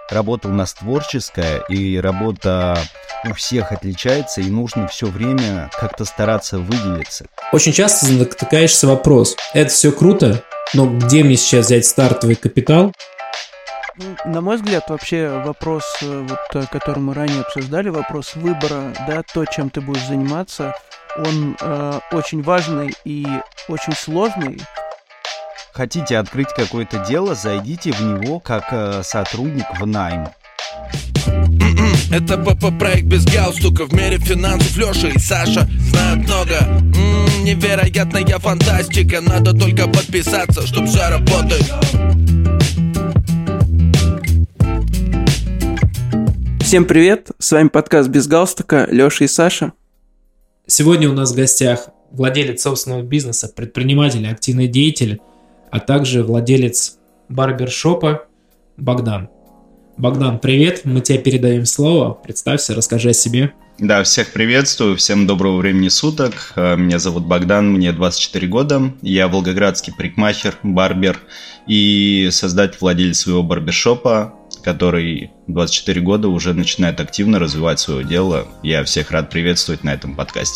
Работа у нас творческая, и работа у всех отличается, и нужно все время как-то стараться выделиться. Очень часто натыкаешься вопрос: это все круто, но где мне сейчас взять стартовый капитал? На мой взгляд, вообще вопрос, который мы ранее обсуждали, вопрос выбора, да, то, чем ты будешь заниматься, он очень важный и очень сложный. Хотите открыть какое-то дело, зайдите в него как сотрудник в найм. Это ПП-проект без галстука. В мире финансов Леша и Саша знают много. Невероятная фантастика. Надо только подписаться, чтоб все работает. Всем привет, с вами подкаст «Без галстука», Леша и Саша. Сегодня у нас в гостях владелец собственного бизнеса, предприниматель, активный деятель, а также владелец барбершопа Богдан. Богдан, привет, мы тебе передаем слово, представься, расскажи о себе. Да, всех приветствую, всем доброго времени суток. Меня зовут Богдан, мне 24 года. Я волгоградский парикмахер, барбер и создатель, владелец своего барбершопа, который 24 года уже начинает активно развивать свое дело. Я всех рад приветствовать на этом подкасте.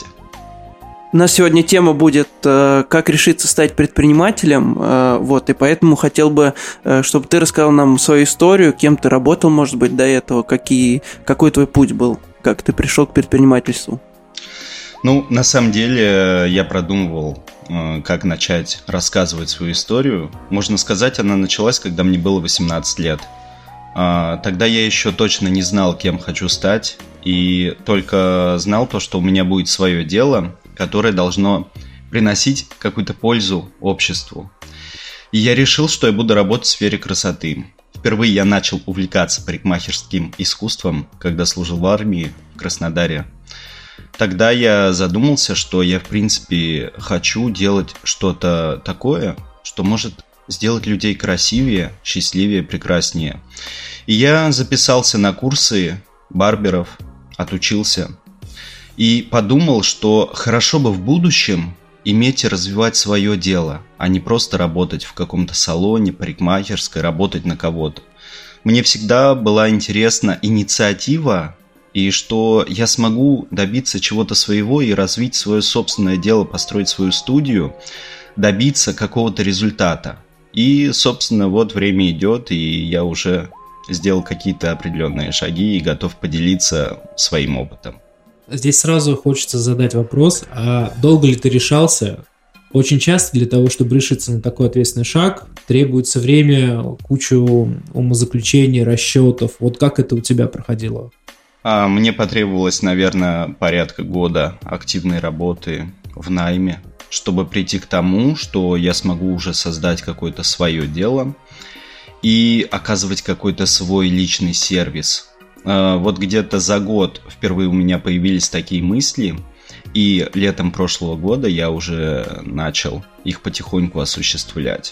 У нас сегодня тема будет «Как решиться стать предпринимателем», и поэтому хотел бы, чтобы ты рассказал нам свою историю, кем ты работал, может быть, до этого, какой твой путь был, как ты пришел к предпринимательству. На самом деле, я продумывал, как начать рассказывать свою историю. Можно сказать, она началась, когда мне было 18 лет. Тогда я еще точно не знал, кем хочу стать, и только знал то, что у меня будет свое дело, которое должно приносить какую-то пользу обществу. И я решил, что я буду работать в сфере красоты. Впервые я начал увлекаться парикмахерским искусством, когда служил в армии в Краснодаре. Тогда я задумался, что я, в принципе, хочу делать что-то такое, что может сделать людей красивее, счастливее, прекраснее. И я записался на курсы барберов, отучился. И подумал, что хорошо бы в будущем иметь и развивать свое дело, а не просто работать в каком-то салоне, парикмахерской, работать на кого-то. Мне всегда была интересна инициатива, и что я смогу добиться чего-то своего и развить свое собственное дело, построить свою студию, добиться какого-то результата. И, собственно, время идет, и я уже сделал какие-то определенные шаги и готов поделиться своим опытом. Здесь сразу хочется задать вопрос, а долго ли ты решался? Очень часто для того, чтобы решиться на такой ответственный шаг, требуется время, кучу умозаключений, расчетов. Как это у тебя проходило? Мне потребовалось, наверное, порядка года активной работы в найме, чтобы прийти к тому, что я смогу уже создать какое-то свое дело и оказывать какой-то свой личный сервис. Где-то за год впервые у меня появились такие мысли, и летом прошлого года я уже начал их потихоньку осуществлять.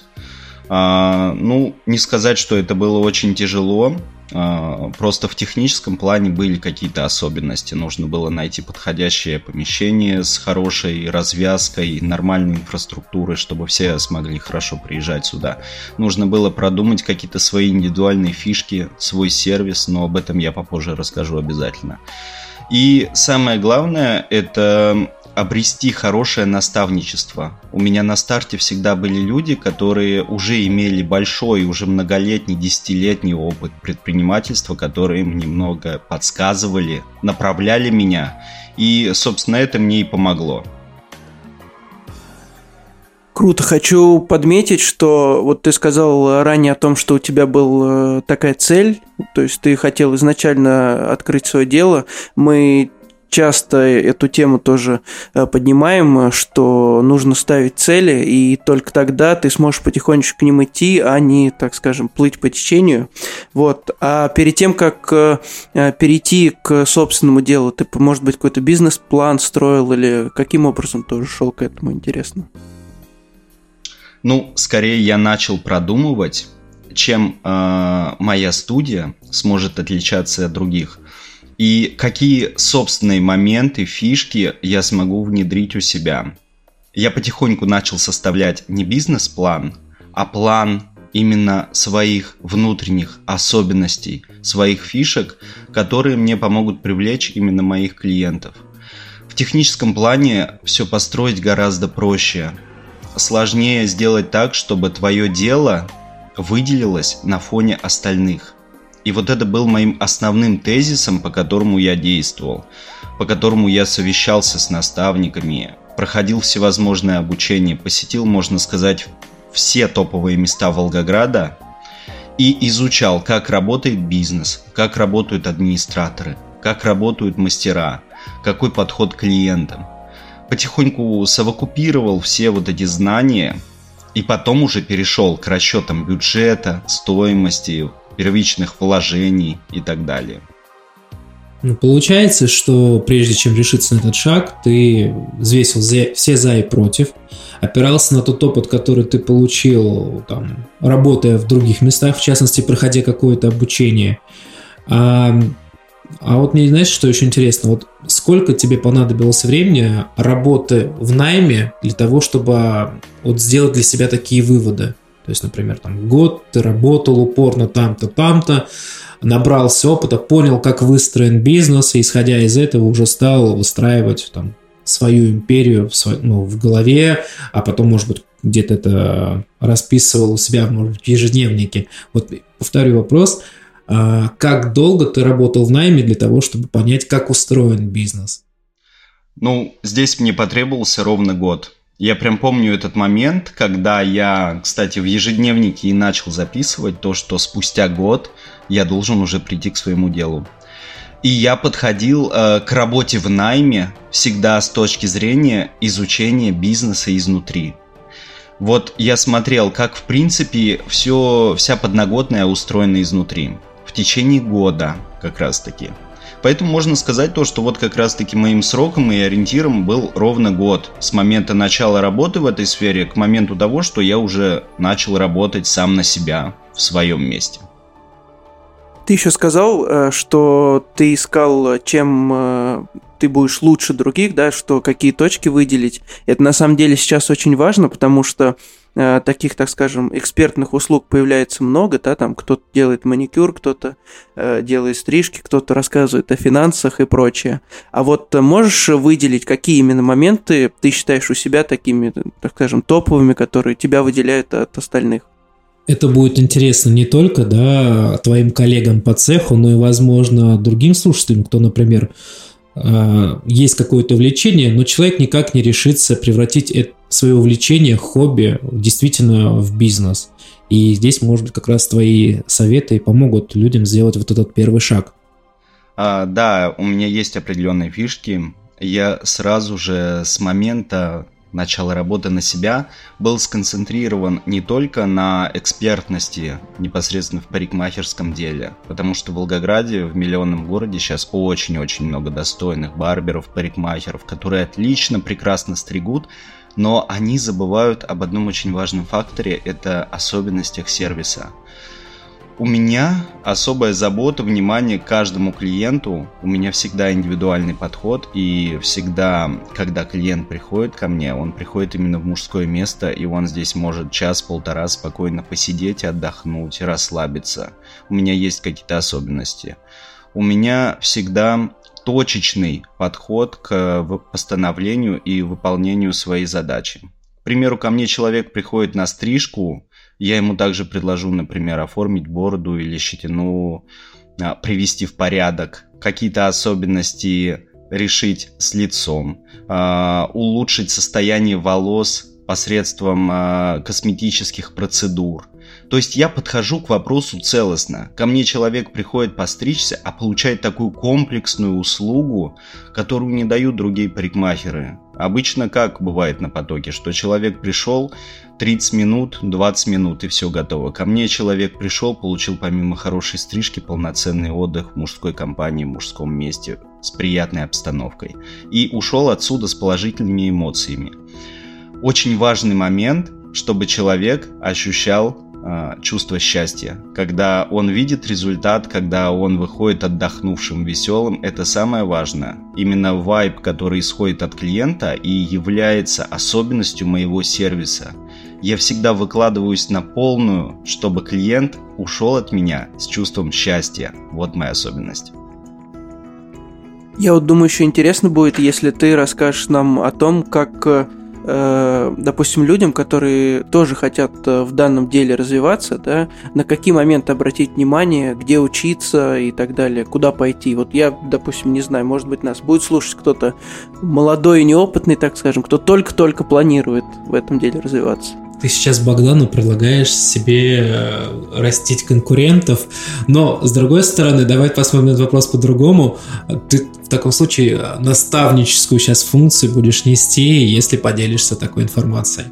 Не сказать, что это было очень тяжело, просто в техническом плане были какие-то особенности. Нужно было найти подходящее помещение с хорошей развязкой, нормальной инфраструктурой, чтобы все смогли хорошо приезжать сюда. Нужно было продумать какие-то свои индивидуальные фишки, свой сервис, но об этом я попозже расскажу обязательно. И самое главное – это обрести хорошее наставничество. У меня на старте всегда были люди, которые уже имели большой, уже многолетний, десятилетний опыт предпринимательства, которые мне много подсказывали, направляли меня. И, собственно, это мне и помогло. Круто. Хочу подметить, что ты сказал ранее о том, что у тебя была такая цель, то есть ты хотел изначально открыть свое дело. Мы часто эту тему тоже поднимаем, что нужно ставить цели, и только тогда ты сможешь потихонечку к ним идти, а не, так скажем, плыть по течению. А перед тем, как перейти к собственному делу, ты, может быть, какой-то бизнес-план строил или каким образом тоже шел к этому, интересно? Скорее я начал продумывать, чем моя студия сможет отличаться от других. И какие собственные моменты, фишки я смогу внедрить у себя. Я потихоньку начал составлять не бизнес-план, а план именно своих внутренних особенностей, своих фишек, которые мне помогут привлечь именно моих клиентов. В техническом плане все построить гораздо проще. Сложнее сделать так, чтобы твое дело выделилось на фоне остальных. И вот это был моим основным тезисом, по которому я действовал, по которому я совещался с наставниками, проходил всевозможные обучения, посетил, можно сказать, все топовые места Волгограда и изучал, как работает бизнес, как работают администраторы, как работают мастера, какой подход к клиентам. Потихоньку совокупировал все вот эти знания и потом уже перешел к расчетам бюджета, стоимости, первичных вложений и так далее. Ну, получается, что прежде чем решиться на этот шаг, ты взвесил все за и против, опирался на тот опыт, который ты получил, там, работая в других местах, в частности, проходя какое-то обучение. А вот мне, знаешь, что еще интересно? Вот сколько тебе понадобилось времени работы в найме для того, чтобы вот сделать для себя такие выводы? То есть, например, там год ты работал упорно там-то, там-то, набрался опыта, понял, как выстроен бизнес, и исходя из этого уже стал выстраивать там свою империю в голове, а потом, может быть, где-то это расписывал у себя, может быть, в ежедневнике. Вот повторю вопрос. Как долго ты работал в найме для того, чтобы понять, как устроен бизнес? Ну, здесь мне потребовался ровно год. Я прям помню этот момент, когда я, кстати, в ежедневнике и начал записывать то, что спустя год я должен уже прийти к своему делу. И я подходил к работе в найме всегда с точки зрения изучения бизнеса изнутри. Вот я смотрел, как в принципе вся подноготная устроена изнутри. В течение года как раз таки. Поэтому можно сказать то, что вот как раз-таки моим сроком и ориентиром был ровно год. С момента начала работы в этой сфере к моменту того, что я уже начал работать сам на себя в своем месте. Ты еще сказал, что ты искал, чем ты будешь лучше других, да, что какие точки выделить. Это на самом деле сейчас очень важно, потому что таких, так скажем, экспертных услуг появляется много, да, там кто-то делает маникюр, кто-то делает стрижки, кто-то рассказывает о финансах и прочее. А вот можешь выделить, какие именно моменты ты считаешь у себя такими, так скажем, топовыми, которые тебя выделяют от остальных? Это будет интересно не только, да, твоим коллегам по цеху, но и, возможно, другим слушателям, кто, например, есть какое-то увлечение, но человек никак не решится превратить свое увлечение, хобби действительно в бизнес. И здесь, может быть, как раз твои советы помогут людям сделать вот этот первый шаг. Да, у меня есть определенные фишки. Я сразу же с момента начала работы на себя был сконцентрирован не только на экспертности непосредственно в парикмахерском деле, потому что в Волгограде, в миллионном городе, сейчас очень-очень много достойных барберов, парикмахеров, которые отлично, прекрасно стригут, но они забывают об одном очень важном факторе – это особенностях сервиса. У меня особая забота, внимание к каждому клиенту. У меня всегда индивидуальный подход. И всегда, когда клиент приходит ко мне, он приходит именно в мужское место, и он здесь может час-полтора спокойно посидеть, отдохнуть, расслабиться. У меня есть какие-то особенности. У меня всегда точечный подход к постановлению и выполнению своей задачи. К примеру, ко мне человек приходит на стрижку, я ему также предложу, например, оформить бороду или щетину, привести в порядок, какие-то особенности решить с лицом, улучшить состояние волос посредством косметических процедур. То есть я подхожу к вопросу целостно. Ко мне человек приходит постричься, а получает такую комплексную услугу, которую не дают другие парикмахеры. Обычно как бывает на потоке, что человек пришел, 30 минут, 20 минут и все готово. Ко мне человек пришел, получил помимо хорошей стрижки полноценный отдых в мужской компании, в мужском месте, с приятной обстановкой. И ушел отсюда с положительными эмоциями. Очень важный момент, чтобы человек ощущал чувство счастья. Когда он видит результат, когда он выходит отдохнувшим, веселым, это самое важное. Именно вайб, который исходит от клиента и является особенностью моего сервиса. я всегда выкладываюсь на полную, чтобы клиент ушел от меня с чувством счастья. Вот моя особенность. Я вот думаю, еще интересно будет, если ты расскажешь нам о том, как, допустим, людям, которые тоже хотят в данном деле развиваться, да, на какие моменты обратить внимание, где учиться и так далее, куда пойти. Вот я, допустим, не знаю, может быть, нас будет слушать кто-то молодой и неопытный, так скажем, кто только-только планирует в этом деле развиваться. Ты сейчас Богдану предлагаешь себе растить конкурентов, но, с другой стороны, давай посмотрим на этот вопрос по-другому. Ты в таком случае наставническую сейчас функцию будешь нести, если поделишься такой информацией.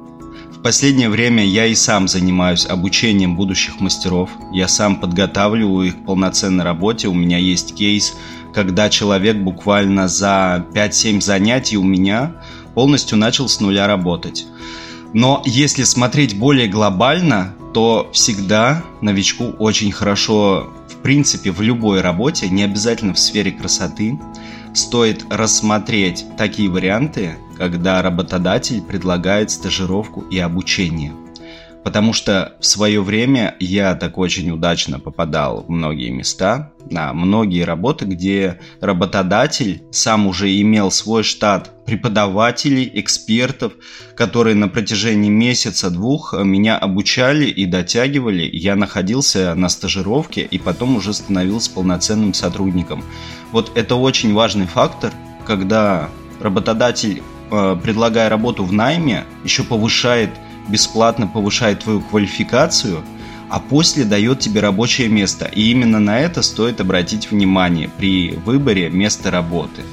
В последнее время я и сам занимаюсь обучением будущих мастеров. Я сам подготавливаю их к полноценной работе. У меня есть кейс, когда человек буквально за 5-7 занятий у меня полностью начал с нуля работать. Но если смотреть более глобально, то всегда новичку очень хорошо, в принципе, в любой работе, не обязательно в сфере красоты, стоит рассмотреть такие варианты, когда работодатель предлагает стажировку и обучение. Потому что в свое время я так очень удачно попадал в многие места, на многие работы, где работодатель сам уже имел свой штат преподавателей, экспертов, которые на протяжении месяца-двух меня обучали и дотягивали. Я находился на стажировке и потом уже становился полноценным сотрудником. Вот это очень важный фактор, когда работодатель, предлагая работу в найме, еще бесплатно повышает твою квалификацию, а после дает тебе рабочее место. И именно на это стоит обратить внимание при выборе места работы.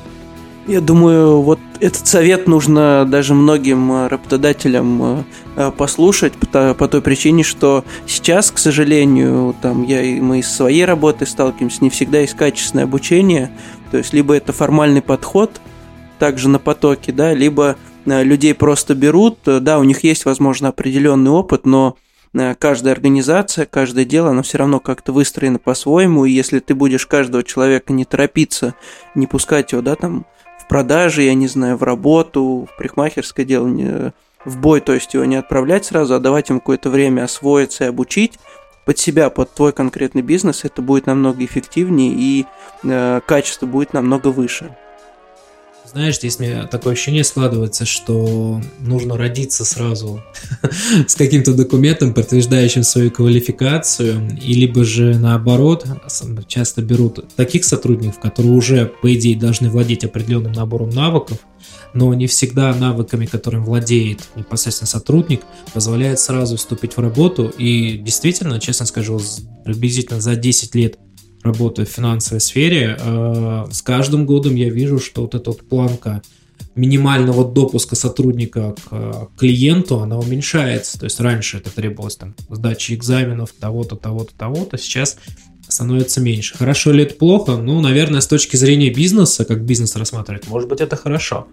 Я думаю, вот этот совет нужно даже многим работодателям послушать по той причине, что сейчас, к сожалению, мы из своей работы сталкиваемся, не всегда есть качественное обучение. То есть либо это формальный подход, также на потоке, да, либо людей просто берут, да, у них есть, возможно, определенный опыт, но каждая организация, каждое дело, оно все равно как-то выстроено по-своему, и если ты будешь каждого человека не торопиться, не пускать его, да, там, в продажи, я не знаю, в работу, в парикмахерское дело, в бой, то есть его не отправлять сразу, а давать ему какое-то время освоиться и обучить под себя, под твой конкретный бизнес, это будет намного эффективнее и качество будет намного выше. Знаешь, здесь мне такое ощущение складывается, что нужно родиться сразу с каким-то документом, подтверждающим свою квалификацию, и либо же наоборот, часто берут таких сотрудников, которые уже, по идее, должны владеть определенным набором навыков, но не всегда навыками, которым владеет непосредственно сотрудник, позволяет сразу вступить в работу. И действительно, честно скажу, приблизительно за 10 лет работаю в финансовой сфере, с каждым годом я вижу, что вот эта вот планка минимального допуска сотрудника к клиенту, она уменьшается. То есть раньше это требовалось там сдачи экзаменов, того-то, того-то, того-то, сейчас становится меньше. Хорошо ли это плохо? Ну, наверное, с точки зрения бизнеса, как бизнес рассматривает, может быть, это хорошо.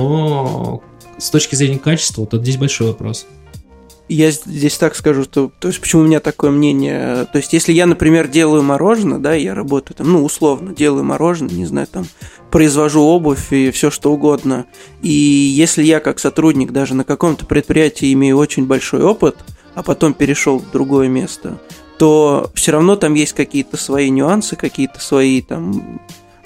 Но с точки зрения качества, вот здесь большой вопрос. Я здесь так скажу, что, то есть, почему у меня такое мнение, то есть, если я, например, делаю мороженое, да, я работаю там, условно, делаю мороженое, не знаю, там, произвожу обувь и все что угодно, и если я как сотрудник даже на каком-то предприятии имею очень большой опыт, а потом перешел в другое место, то все равно там есть какие-то свои нюансы, какие-то свои там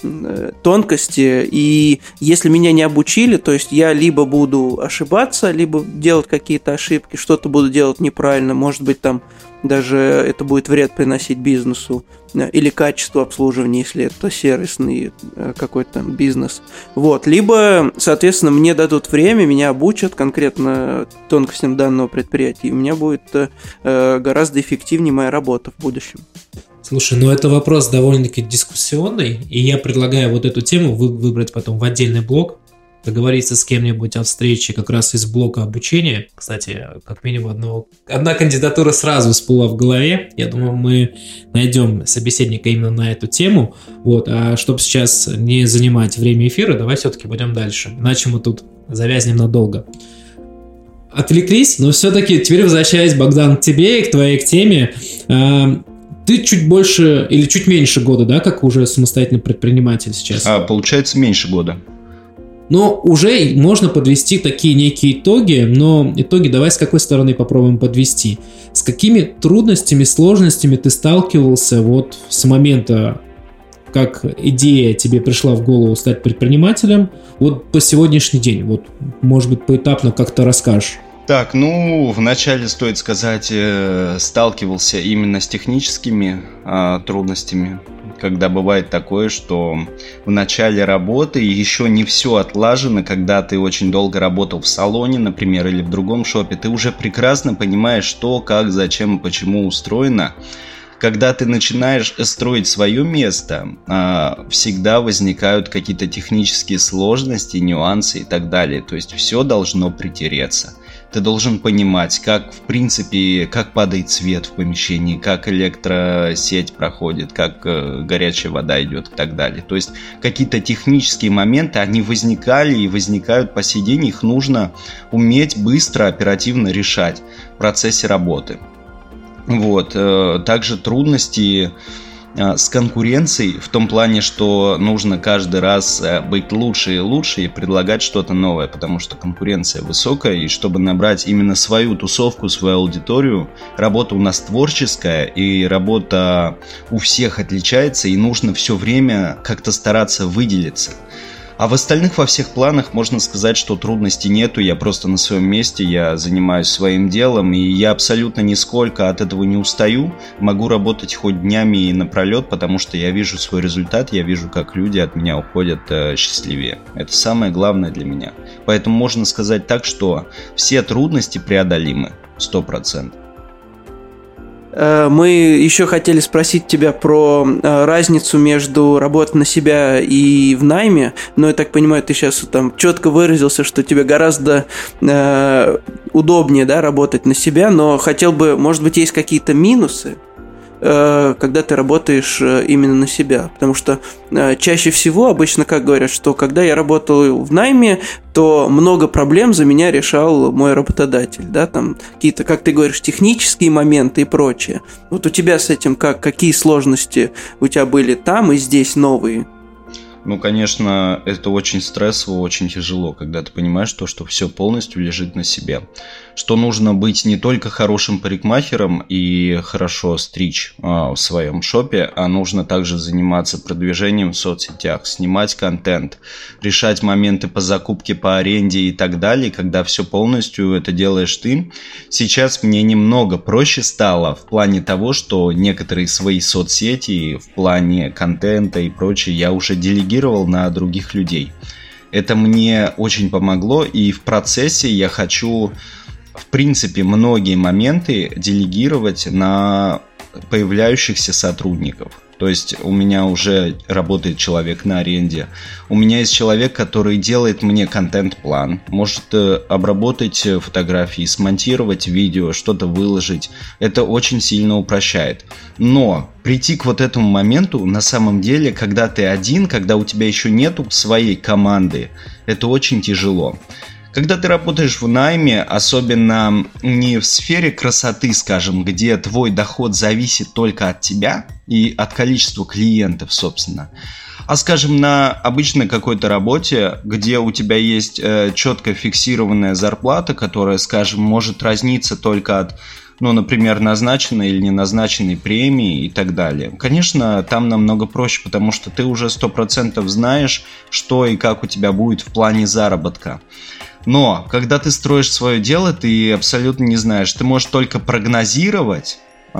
тонкости, и если меня не обучили, то есть я либо буду ошибаться, либо делать какие-то ошибки, что-то буду делать неправильно, может быть, там даже это будет вред приносить бизнесу, или качеству обслуживания, если это сервисный какой-то там бизнес. Вот. Либо, соответственно, мне дадут время, меня обучат конкретно тонкостям данного предприятия, и у меня будет гораздо эффективнее моя работа в будущем. Слушай, это вопрос довольно-таки дискуссионный, и я предлагаю вот эту тему выбрать потом в отдельный блок, договориться с кем-нибудь о встрече как раз из блока обучения. Кстати, как минимум одна кандидатура сразу всплыла в голове. Я думаю, мы найдем собеседника именно на эту тему. Вот. А чтобы сейчас не занимать время эфира, давай все-таки пойдем дальше. Иначе мы тут завязнем надолго. Отвлеклись, но все-таки теперь возвращаясь, Богдан, к тебе и к твоей теме. Ты чуть больше или чуть меньше года, да, как уже самостоятельный предприниматель сейчас? Получается, меньше года. Но уже можно подвести такие некие итоги, но итоги давай с какой стороны попробуем подвести. С какими трудностями, сложностями ты сталкивался вот с момента, как идея тебе пришла в голову стать предпринимателем, вот по сегодняшний день, вот, может быть, поэтапно как-то расскажешь. Так, вначале стоит сказать, сталкивался именно с техническими трудностями, когда бывает такое, что в начале работы еще не все отлажено, когда ты очень долго работал в салоне, например, или в другом шопе, ты уже прекрасно понимаешь, что, как, зачем и почему устроено. Когда ты начинаешь строить свое место, всегда возникают какие-то технические сложности, нюансы и так далее. То есть все должно притереться. Ты должен понимать, как, в принципе, как падает свет в помещении, как электросеть проходит, как горячая вода идет и так далее. То есть какие-то технические моменты, они возникали и возникают по сей день. Их нужно уметь быстро, оперативно решать в процессе работы. Также трудности с конкуренцией в том плане, что нужно каждый раз быть лучше и лучше и предлагать что-то новое, потому что конкуренция высокая, и чтобы набрать именно свою тусовку, свою аудиторию, работа у нас творческая, и работа у всех отличается, и нужно все время как-то стараться выделиться. А в остальных во всех планах можно сказать, что трудностей нету, я просто на своем месте, я занимаюсь своим делом, и я абсолютно нисколько от этого не устаю, могу работать хоть днями и напролет, потому что я вижу свой результат, я вижу, как люди от меня уходят счастливее. Это самое главное для меня. Поэтому можно сказать так, что все трудности преодолимы 100%. Мы еще хотели спросить тебя про разницу между работой на себя и в найме, но я так понимаю, ты сейчас там четко выразился, что тебе гораздо удобнее, да, работать на себя, но хотел бы, может быть, есть какие-то минусы, когда ты работаешь именно на себя, потому что чаще всего обычно как говорят, что когда я работал в найме, то много проблем за меня решал мой работодатель, да, там какие-то, как ты говоришь, технические моменты и прочее. Вот у тебя с этим какие сложности у тебя были там и здесь новые? Конечно, это очень стрессово, очень тяжело, когда ты понимаешь то, что все полностью лежит на себе. Что нужно быть не только хорошим парикмахером и хорошо стричь в своем шопе, а нужно также заниматься продвижением в соцсетях, снимать контент, решать моменты по закупке, по аренде и так далее, когда все полностью это делаешь ты. Сейчас мне немного проще стало в плане того, что некоторые свои соцсети в плане контента и прочее я уже делегировал на других людей. Это мне очень помогло, и в процессе я хочу, в принципе, многие моменты делегировать на появляющихся сотрудников. То есть у меня уже работает человек на аренде, у меня есть человек, который делает мне контент-план, может обработать фотографии, смонтировать видео, что-то выложить. Это очень сильно упрощает. Но прийти к вот этому моменту, на самом деле, когда ты один, когда у тебя еще нету своей команды, это очень тяжело. Когда ты работаешь в найме, особенно не в сфере красоты, скажем, где твой доход зависит только от тебя и от количества клиентов, собственно, а, скажем, на обычной какой-то работе, где у тебя есть четко фиксированная зарплата, которая, скажем, может разниться только от, например, назначенной или неназначенной премии и так далее. Конечно, там намного проще, потому что ты уже 100% знаешь, что и как у тебя будет в плане заработка. Но, когда ты строишь свое дело, ты абсолютно не знаешь. Ты можешь только прогнозировать,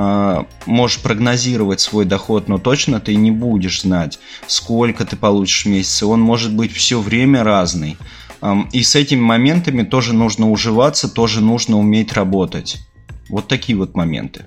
свой доход, но точно ты не будешь знать, сколько ты получишь в месяц. Он может быть все время разный. И с этими моментами тоже нужно уживаться, тоже нужно уметь работать. Вот такие вот моменты.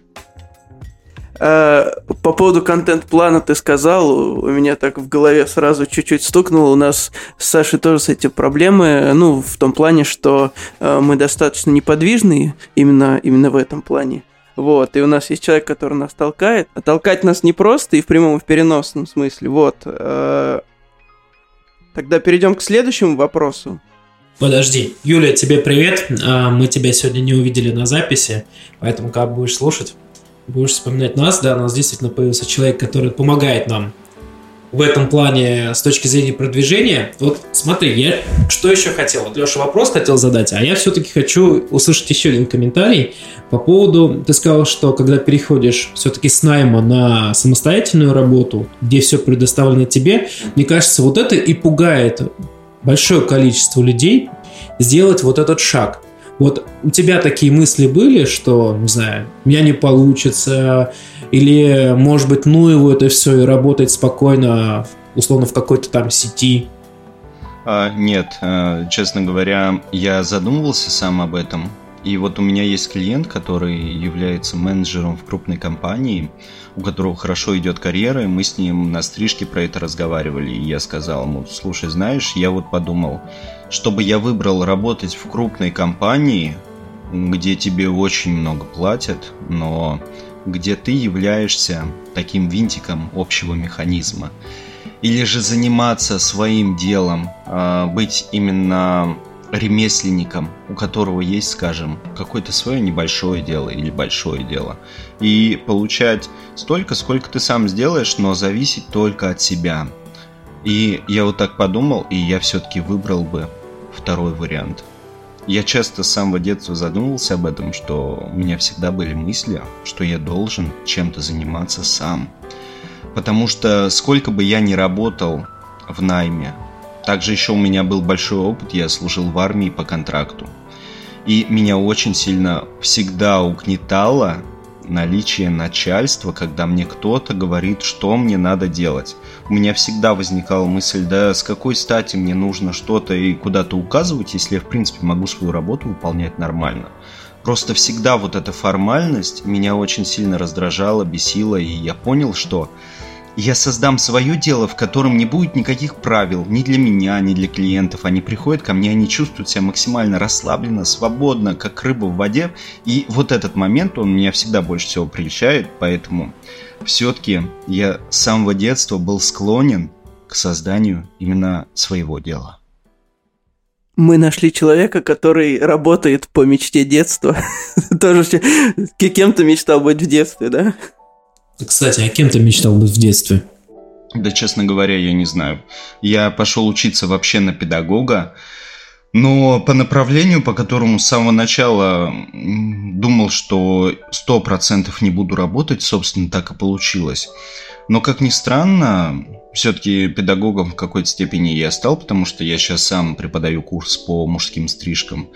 По поводу контент-плана ты сказал, у меня так в голове сразу чуть-чуть стукнуло. У нас с Сашей тоже с этим проблемы, в том плане, что мы достаточно неподвижные именно в этом плане. И у нас есть человек, который нас толкает. А толкать нас не просто и в прямом, и в переносном смысле. Тогда перейдем к следующему вопросу. Подожди. Юля, тебе привет. Мы тебя сегодня не увидели на записи, поэтому как будешь слушать, будешь вспоминать нас. Да, у нас действительно появился человек, который помогает нам в этом плане с точки зрения продвижения. Вот смотри, я что еще хотел? Вот Леша вопрос хотел задать, а я все-таки хочу услышать еще один комментарий по поводу, ты сказал, что когда переходишь все-таки с найма на самостоятельную работу, где все предоставлено тебе, мне кажется, вот это и пугает большое количество людей сделать вот этот шаг. Вот у тебя такие мысли были, что, не знаю, у меня не получится, или, может быть, ну его это все и работать спокойно, условно, в какой-то там сети? Нет, честно говоря, я задумывался сам об этом. И вот у меня есть клиент, который является менеджером в крупной компании, у которого хорошо идет карьера, и мы с ним на стрижке про это разговаривали. И я сказал ему: слушай, знаешь, я вот подумал, чтобы я выбрал работать в крупной компании, где тебе очень много платят, но где ты являешься таким винтиком общего механизма, или же заниматься своим делом, быть именно ремесленником, у которого есть, скажем, какое-то свое небольшое дело или большое дело, и получать столько, сколько ты сам сделаешь, но зависеть только от себя. И я вот так подумал, и я все-таки выбрал бы второй вариант. Я часто с самого детства задумывался об этом, что у меня всегда были мысли, что я должен чем-то заниматься сам. Потому что сколько бы я ни работал в найме, также еще у меня был большой опыт, я служил в армии по контракту. И меня очень сильно всегда угнетало наличие начальства, когда мне кто-то говорит, что мне надо делать. У меня всегда возникала мысль: да с какой стати мне нужно что-то и куда-то указывать, если я в принципе могу свою работу выполнять нормально. Просто всегда вот эта формальность меня очень сильно раздражала, бесила, и я понял, что я создам свое дело, в котором не будет никаких правил ни для меня, ни для клиентов. Они приходят ко мне, они чувствуют себя максимально расслабленно, свободно, как рыба в воде. И вот этот момент, он меня всегда больше всего прельщает. Поэтому все-таки я с самого детства был склонен к созданию именно своего дела. Мы нашли человека, который работает по мечте детства. Тоже кем-то мечтал быть в детстве, да? Кстати, а кем ты мечтал быть в детстве? Да, честно говоря, я не знаю. Я пошел учиться вообще на педагога, но по направлению, по которому с самого начала думал, что 100% не буду работать, собственно, так и получилось. Но, как ни странно, все-таки педагогом в какой-то степени я стал, потому что я сейчас сам преподаю курс по мужским стрижкам.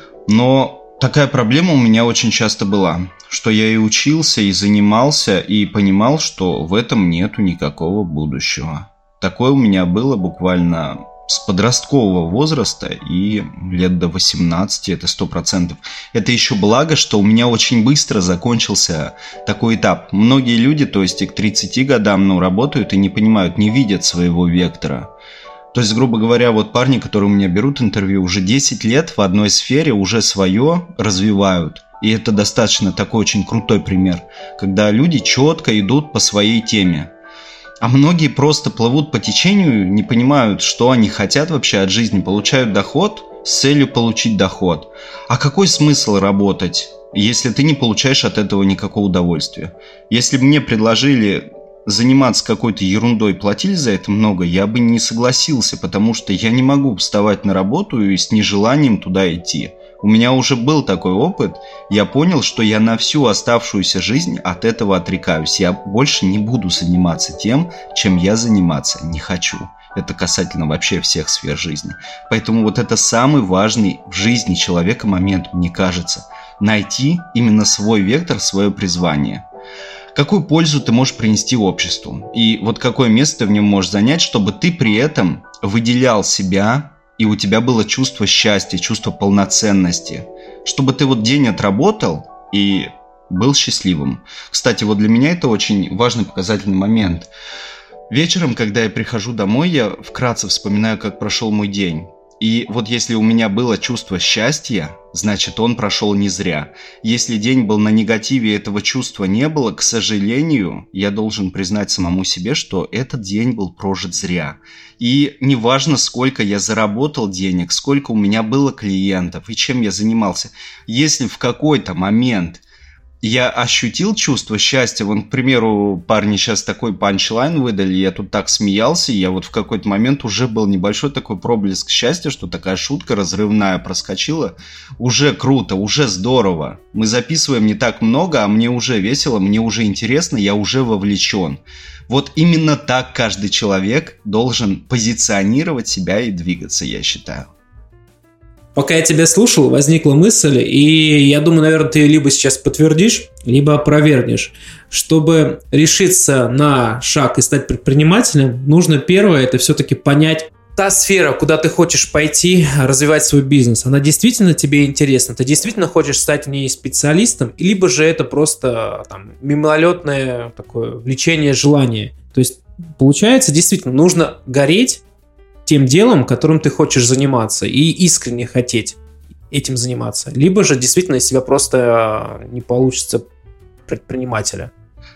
Но такая проблема у меня очень часто была, что я и учился, и занимался, и понимал, что в этом нету никакого будущего. Такое у меня было буквально с подросткового возраста и лет до 18, это 100%. Это еще благо, что у меня очень быстро закончился такой этап. Многие люди, то есть и к 30 годам, работают и не понимают, не видят своего вектора. То есть, грубо говоря, вот парни, которые у меня берут интервью, уже 10 лет в одной сфере уже свое развивают. И это достаточно такой очень крутой пример, когда люди четко идут по своей теме. А многие просто плывут по течению, не понимают, что они хотят вообще от жизни, получают доход с целью получить доход. А какой смысл работать, если ты не получаешь от этого никакого удовольствия? Если бы мне предложили заниматься какой-то ерундой, платили за это много, я бы не согласился, потому что я не могу вставать на работу и с нежеланием туда идти. У меня уже был такой опыт, я понял, что я на всю оставшуюся жизнь от этого отрекаюсь. Я больше не буду заниматься тем, чем я заниматься не хочу. Это касательно вообще всех сфер жизни. Поэтому вот это самый важный в жизни человека момент, мне кажется. Найти именно свой вектор, свое призвание. Какую пользу ты можешь принести обществу? И вот какое место в нем можешь занять, чтобы ты при этом выделял себя, и у тебя было чувство счастья, чувство полноценности. Чтобы ты вот день отработал и был счастливым. Кстати, вот для меня это очень важный показательный момент. Вечером, когда я прихожу домой, я вкратце вспоминаю, как прошел мой день. И вот если у меня было чувство счастья, значит, он прошел не зря. Если день был на негативе, этого чувства не было, к сожалению, я должен признать самому себе, что этот день был прожит зря. И неважно, сколько я заработал денег, сколько у меня было клиентов и чем я занимался. Если в какой-то момент я ощутил чувство счастья. Вон, к примеру, парни сейчас такой панчлайн выдали, я тут так смеялся, и я вот в какой-то момент уже был небольшой такой проблеск счастья, что такая шутка разрывная проскочила. Уже круто, уже здорово. Мы записываем не так много, а мне уже весело, мне уже интересно, я уже вовлечен. Вот именно так каждый человек должен позиционировать себя и двигаться, я считаю. Пока я тебя слушал, возникла мысль, и я думаю, наверное, ты либо сейчас подтвердишь, либо опровергнешь. Чтобы решиться на шаг и стать предпринимателем, нужно первое, это все-таки понять, та сфера, куда ты хочешь пойти, развивать свой бизнес, она действительно тебе интересна? Ты действительно хочешь стать в ней специалистом? Либо же это просто там, мимолетное такое влечение, желание? То есть, получается, действительно, нужно гореть тем делом, которым ты хочешь заниматься, и искренне хотеть этим заниматься. Либо же действительно из себя просто не получится предпринимателя.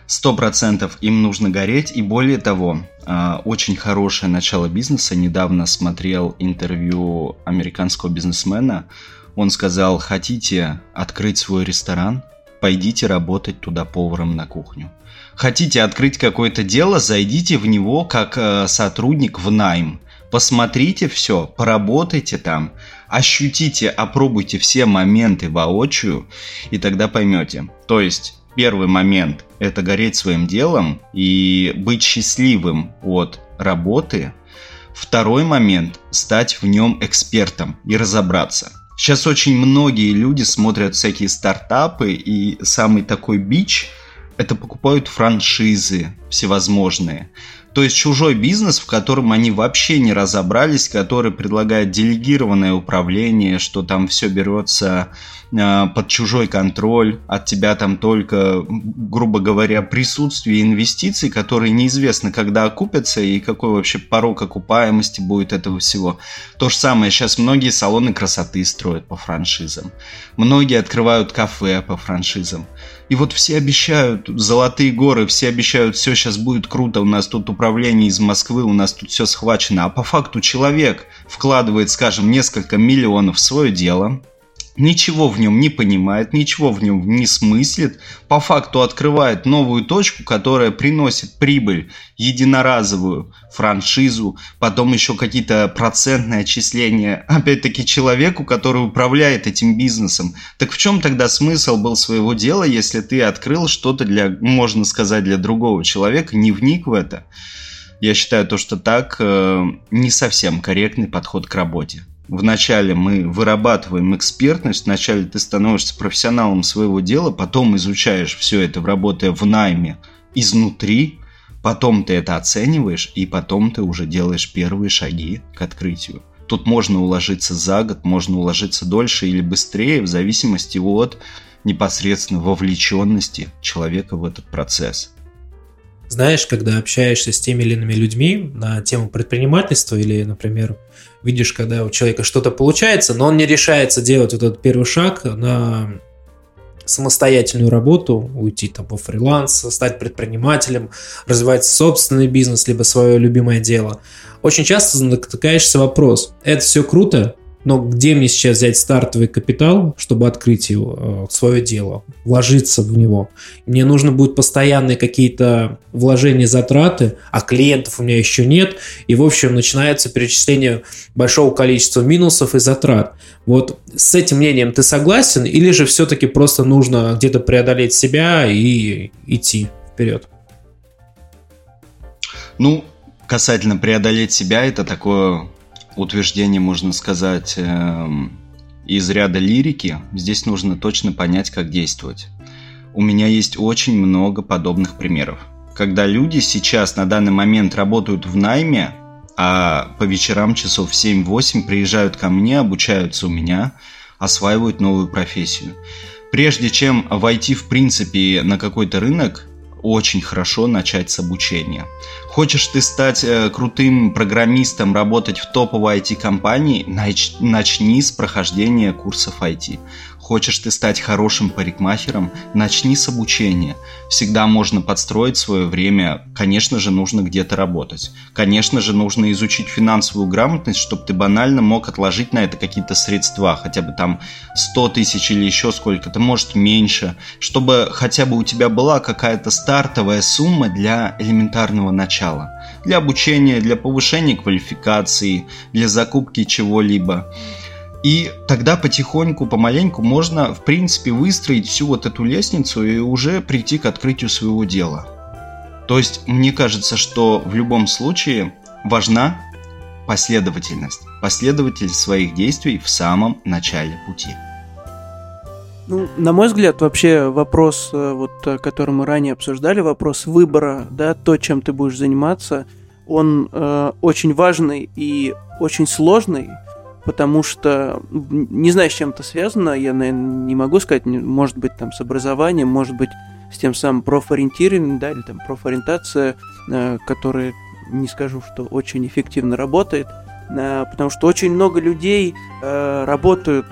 100% им нужно гореть, и более того, очень хорошее начало бизнеса. Недавно смотрел интервью американского бизнесмена. Он сказал: хотите открыть свой ресторан, пойдите работать туда поваром на кухню. Хотите открыть какое-то дело, зайдите в него как сотрудник в найм. Посмотрите все, поработайте там, ощутите, опробуйте все моменты воочию, и тогда поймете. То есть, первый момент – это гореть своим делом и быть счастливым от работы. Второй момент – стать в нем экспертом и разобраться. Сейчас очень многие люди смотрят всякие стартапы, и самый такой бич – это покупают франшизы всевозможные. То есть чужой бизнес, в котором они вообще не разобрались, который предлагает делегированное управление, что там все берется под чужой контроль, от тебя там только, грубо говоря, присутствие инвестиций, которые неизвестно, когда окупятся и какой вообще порог окупаемости будет этого всего. То же самое сейчас многие салоны красоты строят по франшизам, многие открывают кафе по франшизам. И вот все обещают золотые горы, все обещают, все сейчас будет круто, у нас тут управление из Москвы, у нас тут все схвачено. А по факту человек вкладывает, скажем, несколько миллионов в свое дело, ничего в нем не понимает, ничего в нем не смыслит, по факту открывает новую точку, которая приносит прибыль, единоразовую франшизу, потом еще какие-то процентные отчисления, опять-таки человеку, который управляет этим бизнесом. Так в чем тогда смысл был своего дела, если ты открыл что-то для, можно сказать, для другого человека, не вник в это? Я считаю, то, что так не совсем корректный подход к работе. Вначале мы вырабатываем экспертность, вначале ты становишься профессионалом своего дела, потом изучаешь все это, работая в найме изнутри, потом ты это оцениваешь, и потом ты уже делаешь первые шаги к открытию. Тут можно уложиться за год, можно уложиться дольше или быстрее, в зависимости от непосредственно вовлеченности человека в этот процесс. Знаешь, когда общаешься с теми или иными людьми на тему предпринимательства или, например, видишь, когда у человека что-то получается, но он не решается делать вот этот первый шаг на самостоятельную работу, уйти там во фриланс, стать предпринимателем, развивать собственный бизнес, либо свое любимое дело. Очень часто натыкаешься вопрос: это все круто, но где мне сейчас взять стартовый капитал, чтобы открыть его, свое дело, вложиться в него? Мне нужно будет постоянные какие-то вложения, затраты, а клиентов у меня еще нет. И, в общем, начинается перечисление большого количества минусов и затрат. Вот с этим мнением ты согласен? Или же все-таки просто нужно где-то преодолеть себя и идти вперед? Ну, касательно преодолеть себя, это такое утверждение, можно сказать, из ряда лирики. Здесь нужно точно понять, как действовать. У меня есть очень много подобных примеров. Когда люди сейчас на данный момент работают в найме, а по вечерам часов в 7-8 приезжают ко мне, обучаются у меня, осваивают новую профессию. Прежде чем войти в принципе на какой-то рынок, очень хорошо начать с обучения. Хочешь ты стать крутым программистом, работать в топовой IT-компании, начни с прохождения курсов IT. Хочешь ты стать хорошим парикмахером? Начни с обучения. Всегда можно подстроить свое время. Конечно же, нужно где-то работать. Конечно же, нужно изучить финансовую грамотность, чтобы ты банально мог отложить на это какие-то средства. Хотя бы там 100 тысяч или еще сколько-то, может меньше. Чтобы хотя бы у тебя была какая-то стартовая сумма для элементарного начала. Для обучения, для повышения квалификации, для закупки чего-либо. И тогда потихоньку, помаленьку можно, в принципе, выстроить всю вот эту лестницу и уже прийти к открытию своего дела. То есть, мне кажется, что в любом случае важна последовательность. Последовательность своих действий в самом начале пути. Ну, на мой взгляд, вообще вопрос, вот, который мы ранее обсуждали, вопрос выбора, да, то, чем ты будешь заниматься, он очень важный и очень сложный. Потому что, не знаю, с чем это связано, я, наверное, не могу сказать, может быть, там, с образованием, может быть, с тем самым профориентированием, да, или там профориентация, которая, не скажу, что очень эффективно работает, потому что очень много людей работают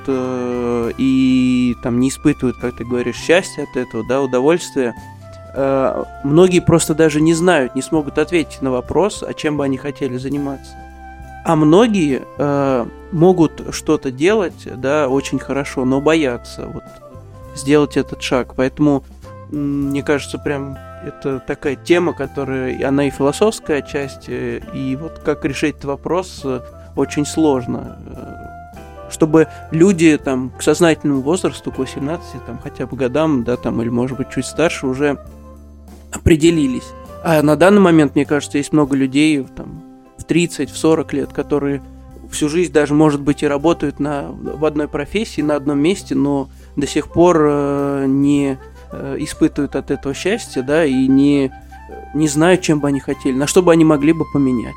и там не испытывают, как ты говоришь, счастья от этого, да, удовольствия. Многие просто даже не знают, не смогут ответить на вопрос, а чем бы они хотели заниматься. А многие могут что-то делать, да, очень хорошо, но боятся вот сделать этот шаг. Поэтому, мне кажется, прям это такая тема, которая, она и философская отчасти, и вот как решить этот вопрос очень сложно. Чтобы люди там к сознательному возрасту, к 18, там, хотя бы годам, да, там, или, может быть, чуть старше, уже определились. А на данный момент, мне кажется, есть много людей, там, в 30, в 40 лет, которые всю жизнь даже, может быть, и работают в одной профессии, на одном месте, но до сих пор не испытывают от этого счастья, да, и не знают, чем бы они хотели, на что бы они могли бы поменять.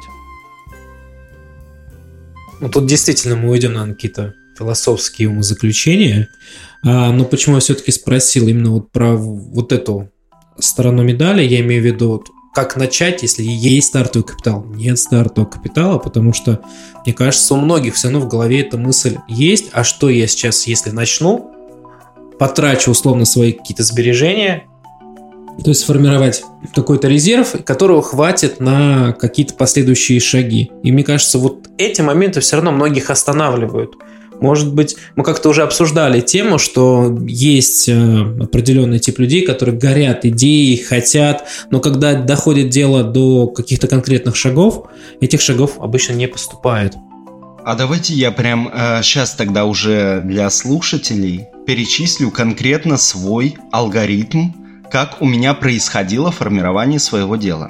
Ну, тут действительно мы уйдем на какие-то философские умозаключения, но почему я все-таки спросил именно вот про вот эту сторону медали, я имею в виду вот, как начать, если есть стартовый капитал, нет стартового капитала, потому что, мне кажется, у многих все равно в голове эта мысль есть, а что я сейчас, если начну, потрачу условно свои какие-то сбережения, то есть сформировать какой-то резерв, которого хватит на какие-то последующие шаги. И мне кажется, вот эти моменты все равно многих останавливают. Может быть, мы как-то уже обсуждали тему, что есть определенный тип людей, которые горят идеей, хотят, но когда доходит дело до каких-то конкретных шагов, этих шагов обычно не поступает. А давайте я прям сейчас тогда уже для слушателей перечислю конкретно свой алгоритм, как у меня происходило формирование своего дела.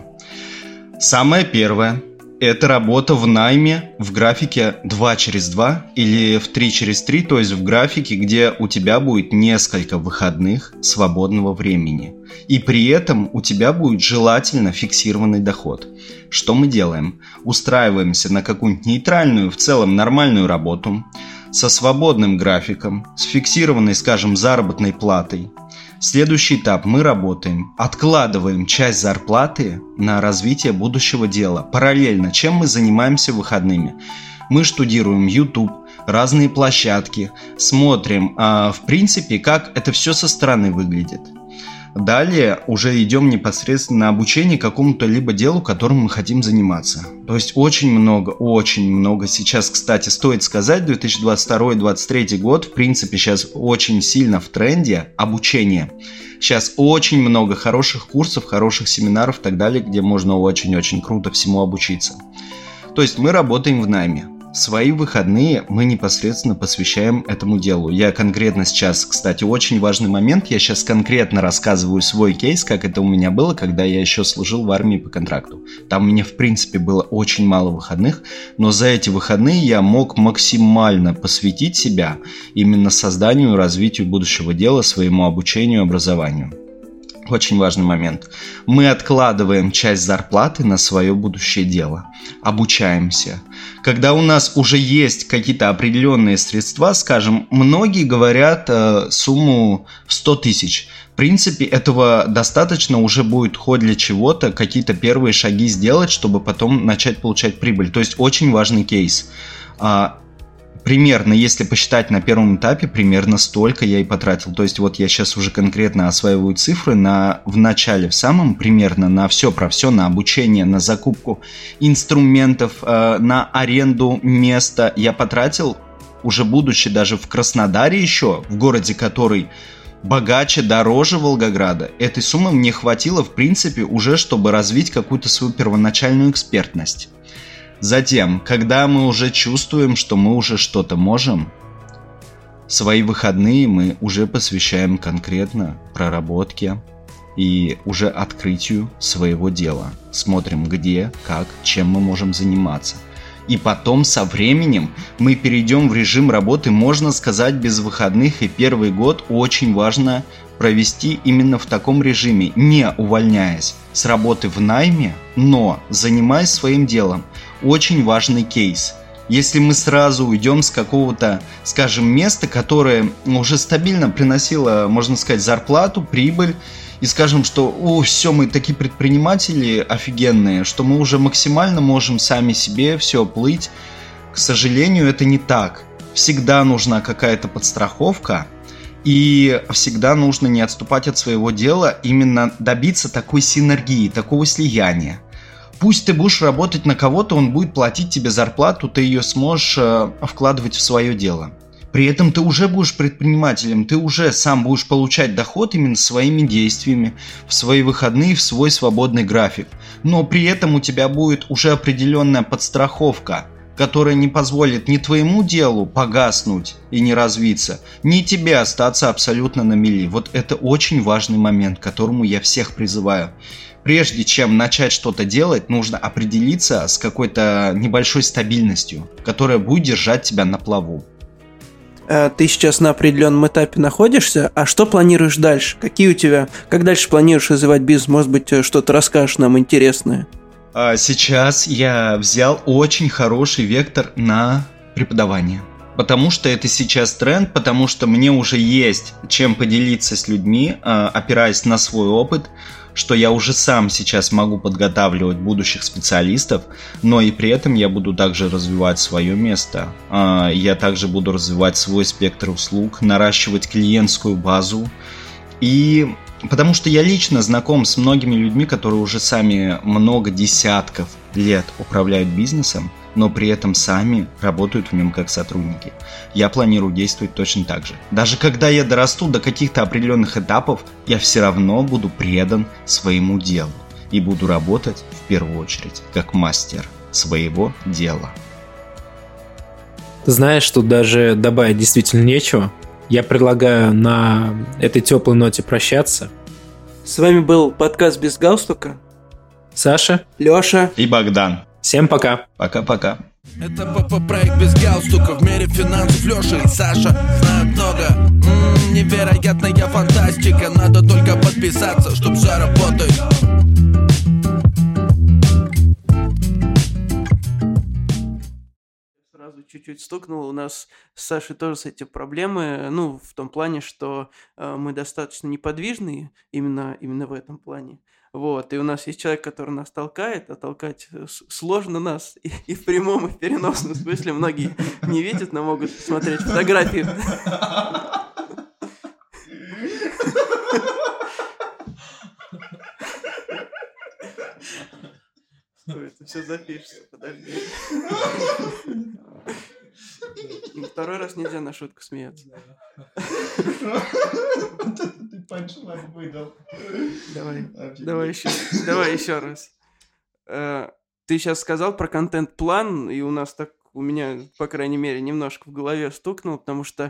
Самое первое – это работа в найме в графике 2/2 или в 3/3, то есть в графике, где у тебя будет несколько выходных свободного времени. И при этом у тебя будет желательно фиксированный доход. Что мы делаем? Устраиваемся на какую-нибудь нейтральную, в целом нормальную работу, со свободным графиком, с фиксированной, скажем, заработной платой. Следующий этап. Мы работаем, откладываем часть зарплаты на развитие будущего дела. Параллельно, чем мы занимаемся выходными? Мы штудируем YouTube, разные площадки, смотрим, в принципе, как это все со стороны выглядит. Далее уже идем непосредственно на обучение какому-то либо делу, которым мы хотим заниматься. То есть очень много. Сейчас, кстати, стоит сказать, 2022-2023 год, в принципе, сейчас очень сильно в тренде обучение. Сейчас очень много хороших курсов, хороших семинаров и так далее, где можно очень-очень круто всему обучиться. То есть мы работаем в найме. Свои выходные мы непосредственно посвящаем этому делу. Я конкретно сейчас, кстати, очень важный момент, я сейчас конкретно рассказываю свой кейс, как это у меня было, когда я еще служил в армии по контракту. Там у меня, в принципе, было очень мало выходных, но за эти выходные я мог максимально посвятить себя именно созданию и развитию будущего дела, своему обучению и образованию. Очень важный момент. Мы откладываем часть зарплаты на свое будущее дело. Обучаемся. Когда у нас уже есть какие-то определенные средства, скажем, многие говорят сумму в 100 тысяч. В принципе, этого достаточно уже будет хоть для чего-то, какие-то первые шаги сделать, чтобы потом начать получать прибыль. То есть очень важный кейс. примерно, если посчитать на первом этапе, примерно столько я и потратил. То есть вот я сейчас уже конкретно осваиваю цифры. В начале, в самом примерно на все про все, на обучение, на закупку инструментов, на аренду места я потратил, уже будучи даже в Краснодаре еще, в городе, который богаче, дороже Волгограда. Этой суммы мне хватило, в принципе, уже чтобы развить какую-то свою первоначальную экспертность. Затем, когда мы уже чувствуем, что мы уже что-то можем, свои выходные мы уже посвящаем конкретно проработке и уже открытию своего дела. Смотрим, где, как, чем мы можем заниматься. И потом со временем мы перейдем в режим работы, можно сказать, без выходных. И первый год очень важно провести именно в таком режиме, не увольняясь с работы в найме, но занимаясь своим делом. Очень важный кейс. Если мы сразу уйдем с какого-то, скажем, места, которое уже стабильно приносило, можно сказать, зарплату, прибыль, и скажем, что все, мы такие предприниматели офигенные, что мы уже максимально можем сами себе все плыть. К сожалению, это не так. Всегда нужна какая-то подстраховка, и всегда нужно не отступать от своего дела, именно добиться такой синергии, такого слияния. Пусть ты будешь работать на кого-то, он будет платить тебе зарплату, ты ее сможешь вкладывать в свое дело. При этом ты уже будешь предпринимателем, ты уже сам будешь получать доход именно своими действиями, в свои выходные, в свой свободный график. Но при этом у тебя будет уже определенная подстраховка, которая не позволит ни твоему делу погаснуть и не развиться, ни тебе остаться абсолютно на мели. Вот это очень важный момент, к которому я всех призываю. Прежде чем начать что-то делать, нужно определиться с какой-то небольшой стабильностью, которая будет держать тебя на плаву. Ты сейчас на определенном этапе находишься, а что планируешь дальше? Какие у тебя? Как дальше планируешь развивать бизнес? Может быть, что-то расскажешь нам интересное? Сейчас я взял очень хороший вектор на преподавание. Потому что это сейчас тренд, потому что мне уже есть чем поделиться с людьми, опираясь на свой опыт, что я уже сам сейчас могу подготавливать будущих специалистов, но и при этом я буду также развивать свое место. Я также буду развивать свой спектр услуг, наращивать клиентскую базу. И потому что я лично знаком с многими людьми, которые уже сами много десятков лет управляют бизнесом, но при этом сами работают в нем как сотрудники. Я планирую действовать точно так же. Даже когда я дорасту до каких-то определенных этапов, я все равно буду предан своему делу и буду работать в первую очередь как мастер своего дела. Ты знаешь, тут даже добавить действительно нечего. Я предлагаю на этой теплой ноте прощаться. С вами был подкаст «Без галстука». Саша, Леша и Богдан. Всем пока. Пока-пока. Это ПП-проект без галстука. В мире финансов Леша и Саша знают много. Невероятная фантастика. Надо только подписаться, чтоб заработать. Сразу чуть-чуть стукнул. У нас с Сашей тоже с этим проблемы. Ну, в том плане, что мы достаточно неподвижные именно в этом плане. Вот, и у нас есть человек, который нас толкает, а толкать сложно нас и в прямом, и в переносном смысле. Многие не видят, но могут посмотреть фотографии. Стой, это все запишется, подожди. Второй раз нельзя на шутку смеяться. Ты панчлайн выдал. Давай еще раз. Ты сейчас сказал про контент-план, и у меня, по крайней мере, немножко в голове стукнуло, потому что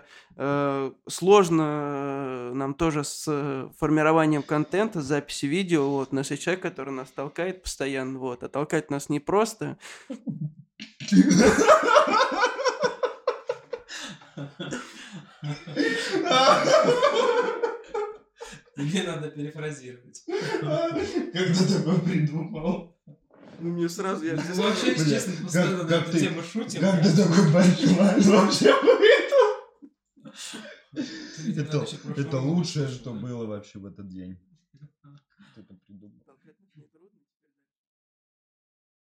сложно нам тоже с формированием контента, с записью видео. Вот, у нас есть человек, который нас толкает постоянно, вот, а толкать нас непросто. Тебе надо перефразировать. Как ты такое придумал? Ну, мне сразу... Вообще, если честно, постоянно на эту тему шутим. Как ты такой панчлайн вообще выдал? Это лучшее, что было вообще в этот день.